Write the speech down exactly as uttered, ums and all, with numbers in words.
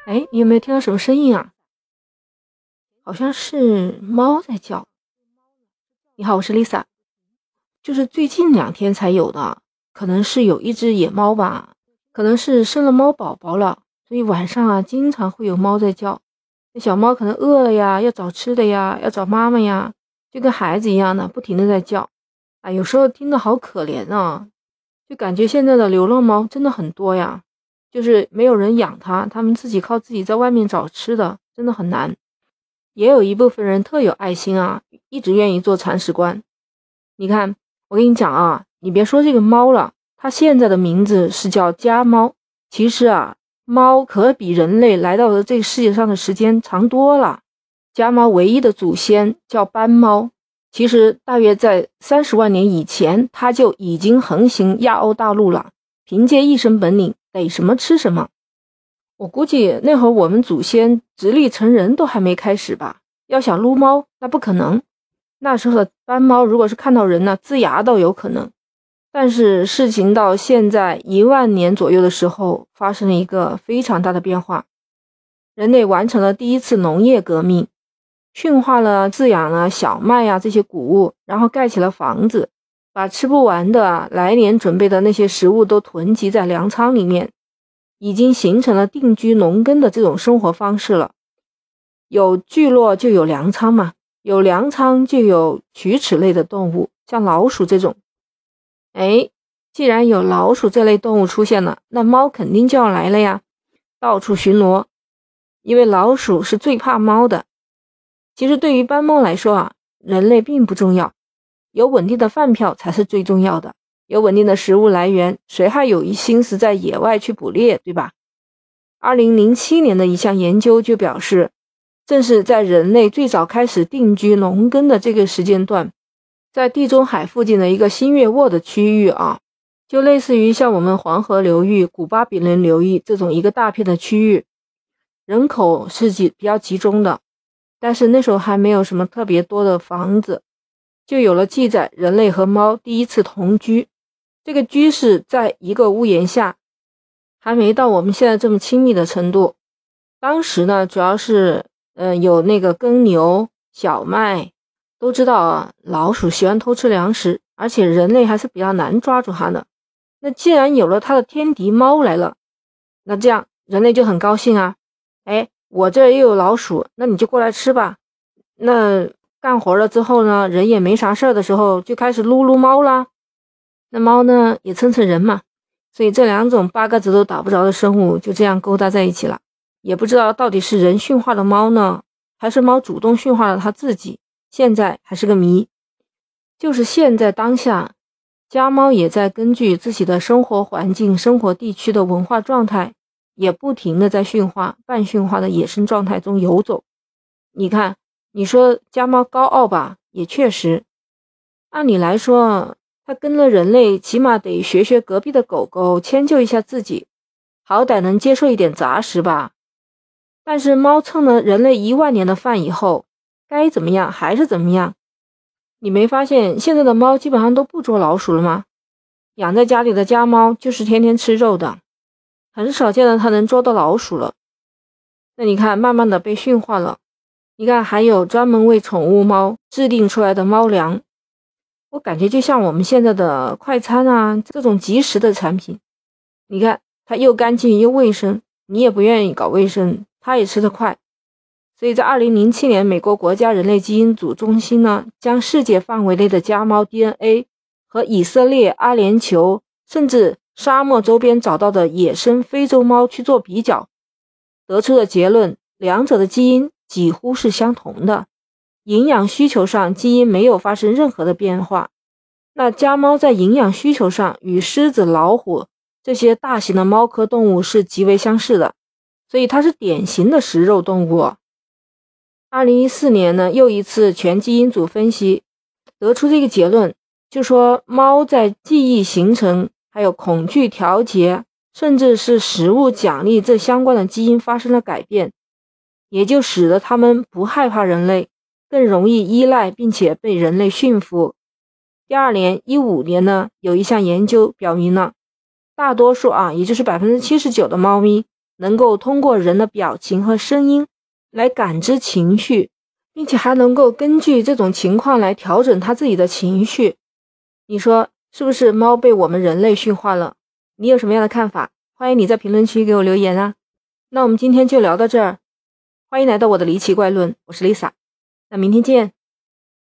哎，你有没有听到什么声音啊？好像是猫在叫。你好，我是 Lisa。就是最近两天才有的，可能是有一只野猫吧，可能是生了猫宝宝了，所以晚上啊，经常会有猫在叫。那小猫可能饿了呀，要找吃的呀，要找妈妈呀，就跟孩子一样的，不停的在叫。啊，有时候听得好可怜啊，就感觉现在的流浪猫真的很多呀，就是没有人养它，它们自己靠自己在外面找吃的，真的很难。也有一部分人特有爱心啊，一直愿意做铲屎官。你看，我跟你讲啊，你别说这个猫了，它现在的名字是叫家猫。其实啊，猫可比人类来到了这个世界上的时间长多了。家猫唯一的祖先叫斑猫，其实大约在三十万年以前，它就已经横行亚欧大陆了，凭借一身本领，逮什么吃什么。我估计那会儿我们祖先直立成人都还没开始吧，要想撸猫那不可能。那时候的斑猫如果是看到人呢，呲牙都有可能。但是事情到现在一万年左右的时候，发生了一个非常大的变化。人类完成了第一次农业革命，驯化了、饲养了小麦啊这些谷物，然后盖起了房子，把吃不完的来年准备的那些食物都囤积在粮仓里面，已经形成了定居农耕的这种生活方式了。有聚落就有粮仓嘛，有粮仓就有啮齿类的动物，像老鼠这种。哎，既然有老鼠这类动物出现了，那猫肯定就要来了呀，到处巡逻。因为老鼠是最怕猫的。其实对于斑猫来说啊，人类并不重要，有稳定的饭票才是最重要的。有稳定的食物来源，谁还有一心思在野外去捕猎，对吧？二零零七年的一项研究就表示，正是在人类最早开始定居农耕的这个时间段，在地中海附近的一个新月沃的区域啊，就类似于像我们黄河流域、古巴比伦流域这种一个大片的区域，人口是集比较集中的，但是那时候还没有什么特别多的房子，就有了记载人类和猫第一次同居。这个居是在一个屋檐下，还没到我们现在这么亲密的程度。当时呢，主要是呃有那个耕牛、小麦，都知道啊，老鼠喜欢偷吃粮食，而且人类还是比较难抓住它的。那既然有了它的天敌猫来了，那这样人类就很高兴啊。哎，我这又有老鼠，那你就过来吃吧。那干活了之后呢，人也没啥事儿的时候，就开始撸撸猫啦。那猫呢，也蹭蹭人嘛。所以这两种八个字都打不着的生物就这样勾搭在一起了。也不知道到底是人驯化了猫呢，还是猫主动驯化了它自己，现在还是个谜。就是现在当下，家猫也在根据自己的生活环境、生活地区的文化状态，也不停的在驯化、半驯化的野生状态中游走。你看，你说家猫高傲吧，也确实。按理来说，它跟了人类，起码得学学隔壁的狗狗，迁就一下自己，好歹能接受一点杂食吧。但是猫蹭了人类一万年的饭以后，该怎么样还是怎么样。你没发现现在的猫基本上都不捉老鼠了吗？养在家里的家猫就是天天吃肉的，很少见到它能捉到老鼠了。那你看，慢慢的被驯化了。你看，还有专门为宠物猫制定出来的猫粮，我感觉就像我们现在的快餐啊，这种即食的产品。你看，它又干净又卫生，你也不愿意搞卫生，它也吃得快。所以在二零零七年，美国国家人类基因组中心呢，将世界范围内的家猫 D N A 和以色列、阿联酋甚至沙漠周边找到的野生非洲猫去做比较，得出的结论，两者的基因几乎是相同的，营养需求上基因没有发生任何的变化。那家猫在营养需求上与狮子、老虎这些大型的猫科动物是极为相似的，所以它是典型的食肉动物。二零一四年呢，又一次全基因组分析，得出这个结论，就说猫在记忆形成、还有恐惧调节，甚至是食物奖励这相关的基因发生了改变，也就使得它们不害怕人类，更容易依赖并且被人类驯服。第二年一五年呢，有一项研究表明了，大多数啊，也就是 百分之七十九 的猫咪能够通过人的表情和声音来感知情绪，并且还能够根据这种情况来调整它自己的情绪。你说是不是猫被我们人类驯化了？你有什么样的看法？欢迎你在评论区给我留言啊。那我们今天就聊到这儿，欢迎来到我的离奇怪论，我是 Lisa， 那明天见。